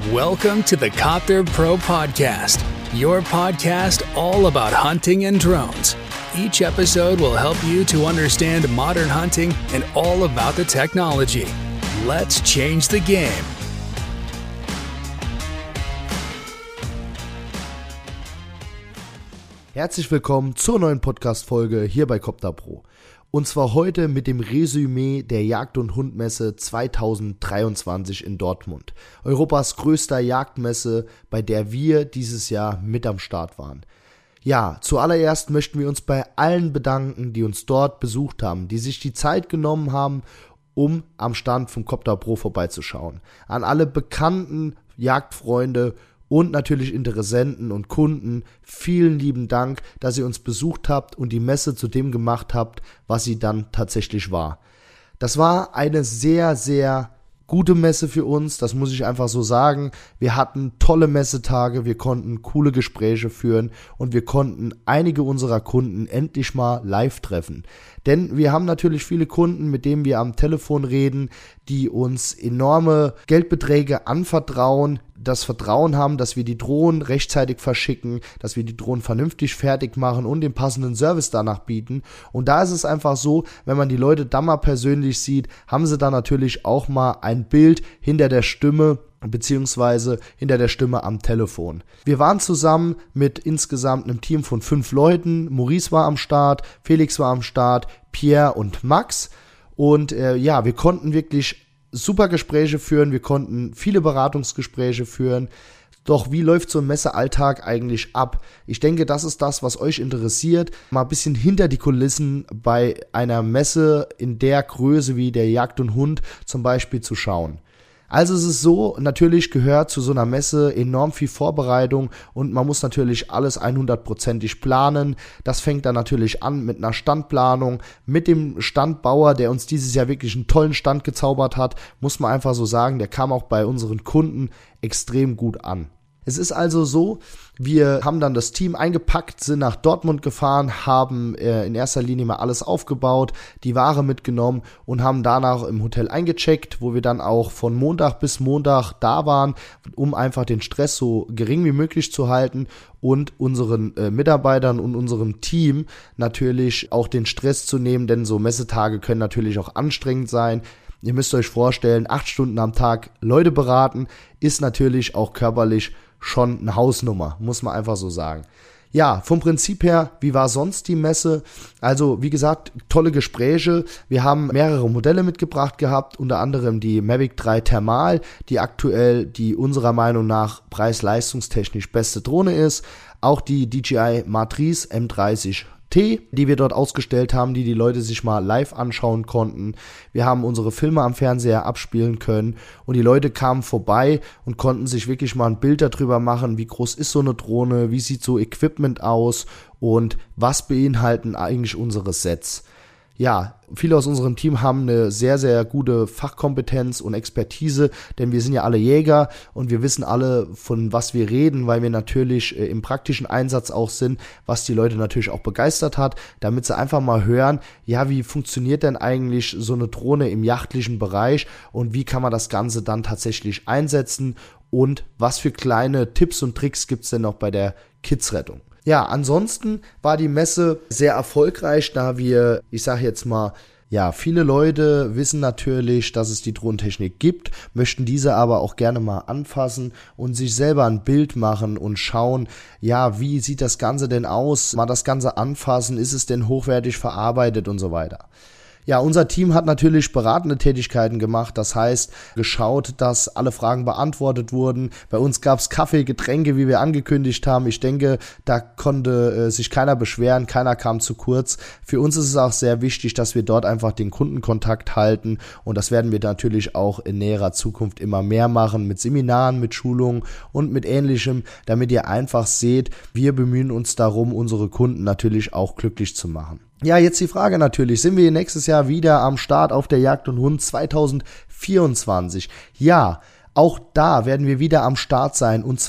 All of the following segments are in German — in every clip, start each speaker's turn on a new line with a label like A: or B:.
A: Welcome to the Copter Pro Podcast, your podcast all about hunting and drones. Each episode will help you to understand modern hunting and all about the technology. Let's change the game.
B: Herzlich willkommen zur neuen Podcast-Folge hier bei Copter Pro. Und zwar heute mit dem Resümee der Jagd- und Hundmesse 2023 in Dortmund. Europas größter Jagdmesse, bei der wir dieses Jahr mit am Start waren. Ja, zuallererst möchten wir uns bei allen bedanken, die uns dort besucht haben, die sich die Zeit genommen haben, um am Stand vom Copter Pro vorbeizuschauen. An alle bekannten Jagdfreunde und natürlich Interessenten und Kunden, vielen lieben Dank, dass ihr uns besucht habt und die Messe zu dem gemacht habt, was sie dann tatsächlich war. Das war eine sehr, sehr gute Messe für uns, das muss ich einfach so sagen. Wir hatten tolle Messetage, wir konnten coole Gespräche führen und wir konnten einige unserer Kunden endlich mal live treffen. Denn wir haben natürlich viele Kunden, mit denen wir am Telefon reden, die uns enorme Geldbeträge anvertrauen, das Vertrauen haben, dass wir die Drohnen rechtzeitig verschicken, dass wir die Drohnen vernünftig fertig machen und den passenden Service danach bieten. Und da ist es einfach so, wenn man die Leute dann mal persönlich sieht, haben sie dann natürlich auch mal ein Bild hinter der Stimme, beziehungsweise hinter der Stimme am Telefon. Wir waren zusammen mit insgesamt einem Team von 5 Leuten. Maurice war am Start, Felix war am Start, Pierre und Max. Und wir konnten wirklich super Gespräche führen, wir konnten viele Beratungsgespräche führen. Doch wie läuft so ein Messealltag eigentlich ab? Ich denke, das ist das, was euch interessiert. Mal ein bisschen hinter die Kulissen bei einer Messe in der Größe wie der Jagd und Hund zum Beispiel zu schauen. Also es ist so, natürlich gehört zu so einer Messe enorm viel Vorbereitung und man muss natürlich alles 100%ig planen. Das fängt dann natürlich an mit einer Standplanung, mit dem Standbauer, der uns dieses Jahr wirklich einen tollen Stand gezaubert hat, muss man einfach so sagen, der kam auch bei unseren Kunden extrem gut an. Es ist also so, wir haben dann das Team eingepackt, sind nach Dortmund gefahren, haben in erster Linie mal alles aufgebaut, die Ware mitgenommen und haben danach im Hotel eingecheckt, wo wir dann auch von Montag bis Montag da waren, um einfach den Stress so gering wie möglich zu halten und unseren Mitarbeitern und unserem Team natürlich auch den Stress zu nehmen, denn so Messetage können natürlich auch anstrengend sein. Ihr müsst euch vorstellen, 8 Stunden am Tag Leute beraten, ist natürlich auch körperlich schon eine Hausnummer, muss man einfach so sagen. Ja, vom Prinzip her, wie war sonst die Messe? Also, wie gesagt, tolle Gespräche. Wir haben mehrere Modelle mitgebracht gehabt, unter anderem die Mavic 3 Thermal, die aktuell die unserer Meinung nach preis-leistungstechnisch beste Drohne ist. Auch die DJI Matrice M30T, die wir dort ausgestellt haben, die Leute sich mal live anschauen konnten. Wir haben unsere Filme am Fernseher abspielen können und die Leute kamen vorbei und konnten sich wirklich mal ein Bild darüber machen, wie groß ist so eine Drohne, wie sieht so Equipment aus und was beinhalten eigentlich unsere Sets. Ja, viele aus unserem Team haben eine sehr, sehr gute Fachkompetenz und Expertise, denn wir sind ja alle Jäger und wir wissen alle, von was wir reden, weil wir natürlich im praktischen Einsatz auch sind, was die Leute natürlich auch begeistert hat, damit sie einfach mal hören, ja, wie funktioniert denn eigentlich so eine Drohne im jachtlichen Bereich und wie kann man das Ganze dann tatsächlich einsetzen und was für kleine Tipps und Tricks gibt's denn noch bei der Kidsrettung. Ja, ansonsten war die Messe sehr erfolgreich, da wir, ich sage jetzt mal, ja, viele Leute wissen natürlich, dass es die Drohnentechnik gibt, möchten diese aber auch gerne mal anfassen und sich selber ein Bild machen und schauen, ja, wie sieht das Ganze denn aus, mal das Ganze anfassen, ist es denn hochwertig verarbeitet und so weiter. Ja, unser Team hat natürlich beratende Tätigkeiten gemacht, das heißt geschaut, dass alle Fragen beantwortet wurden. Bei uns gab's Kaffee, Getränke, wie wir angekündigt haben. Ich denke, da konnte sich keiner beschweren, keiner kam zu kurz. Für uns ist es auch sehr wichtig, dass wir dort einfach den Kundenkontakt halten und das werden wir natürlich auch in näherer Zukunft immer mehr machen mit Seminaren, mit Schulungen und mit Ähnlichem, damit ihr einfach seht, wir bemühen uns darum, unsere Kunden natürlich auch glücklich zu machen. Ja, jetzt die Frage natürlich, sind wir nächstes Jahr wieder am Start auf der Jagd und Hund 2024? Ja, auch da werden wir wieder am Start sein und zwar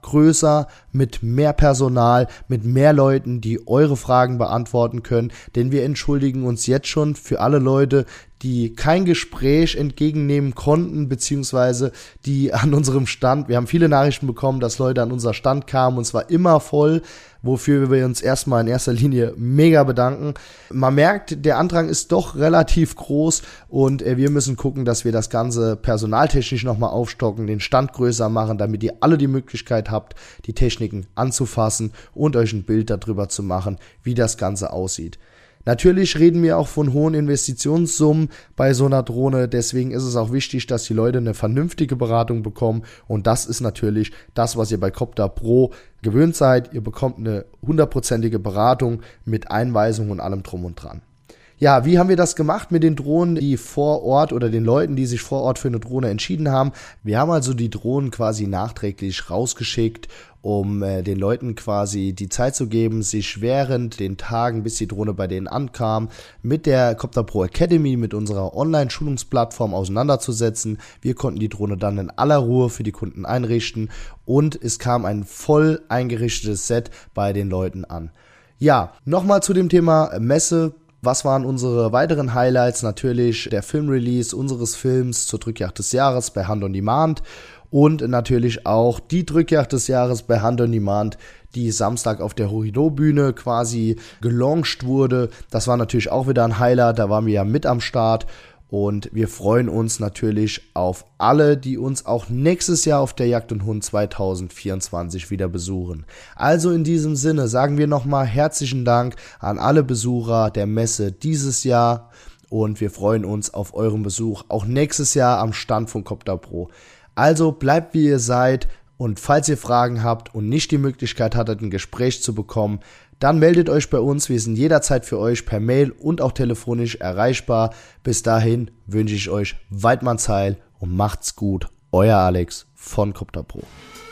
B: größer, mit mehr Personal, mit mehr Leuten, die eure Fragen beantworten können, denn wir entschuldigen uns jetzt schon für alle Leute, die kein Gespräch entgegennehmen konnten, beziehungsweise die an unserem Stand, wir haben viele Nachrichten bekommen, dass Leute an unser Stand kamen und zwar immer voll, wofür wir uns erstmal in erster Linie mega bedanken. Man merkt, der Andrang ist doch relativ groß und wir müssen gucken, dass wir das Ganze personaltechnisch nochmal aufstocken, den Stand größer machen, damit ihr alle die Möglichkeit habt, die Techniken anzufassen und euch ein Bild darüber zu machen, wie das Ganze aussieht. Natürlich reden wir auch von hohen Investitionssummen bei so einer Drohne, deswegen ist es auch wichtig, dass die Leute eine vernünftige Beratung bekommen und das ist natürlich das, was ihr bei Copter Pro gewöhnt seid. Ihr bekommt eine 100%ige Beratung mit Einweisung und allem drum und dran. Ja, wie haben wir das gemacht mit den Drohnen, die vor Ort oder den Leuten, die sich vor Ort für eine Drohne entschieden haben? Wir haben also die Drohnen quasi nachträglich rausgeschickt, um den Leuten quasi die Zeit zu geben, sich während den Tagen, bis die Drohne bei denen ankam, mit der Copter Pro Academy, mit unserer Online-Schulungsplattform auseinanderzusetzen. Wir konnten die Drohne dann in aller Ruhe für die Kunden einrichten und es kam ein voll eingerichtetes Set bei den Leuten an. Ja, nochmal zu dem Thema Messe. Was waren unsere weiteren Highlights? Natürlich der Filmrelease unseres Films zur Drückjagd des Jahres bei Hunt on Demand und natürlich auch die Drückjagd des Jahres bei Hunt on Demand, die Samstag auf der Horrido-Bühne quasi gelauncht wurde. Das war natürlich auch wieder ein Highlight, da waren wir ja mit am Start. Und wir freuen uns natürlich auf alle, die uns auch nächstes Jahr auf der Jagd und Hund 2024 wieder besuchen. Also in diesem Sinne sagen wir nochmal herzlichen Dank an alle Besucher der Messe dieses Jahr und wir freuen uns auf euren Besuch auch nächstes Jahr am Stand von Copter Pro. Also bleibt wie ihr seid und falls ihr Fragen habt und nicht die Möglichkeit hattet, ein Gespräch zu bekommen, dann meldet euch bei uns, wir sind jederzeit für euch per Mail und auch telefonisch erreichbar. Bis dahin wünsche ich euch Weidmannsheil und macht's gut. Euer Alex von Copter Pro.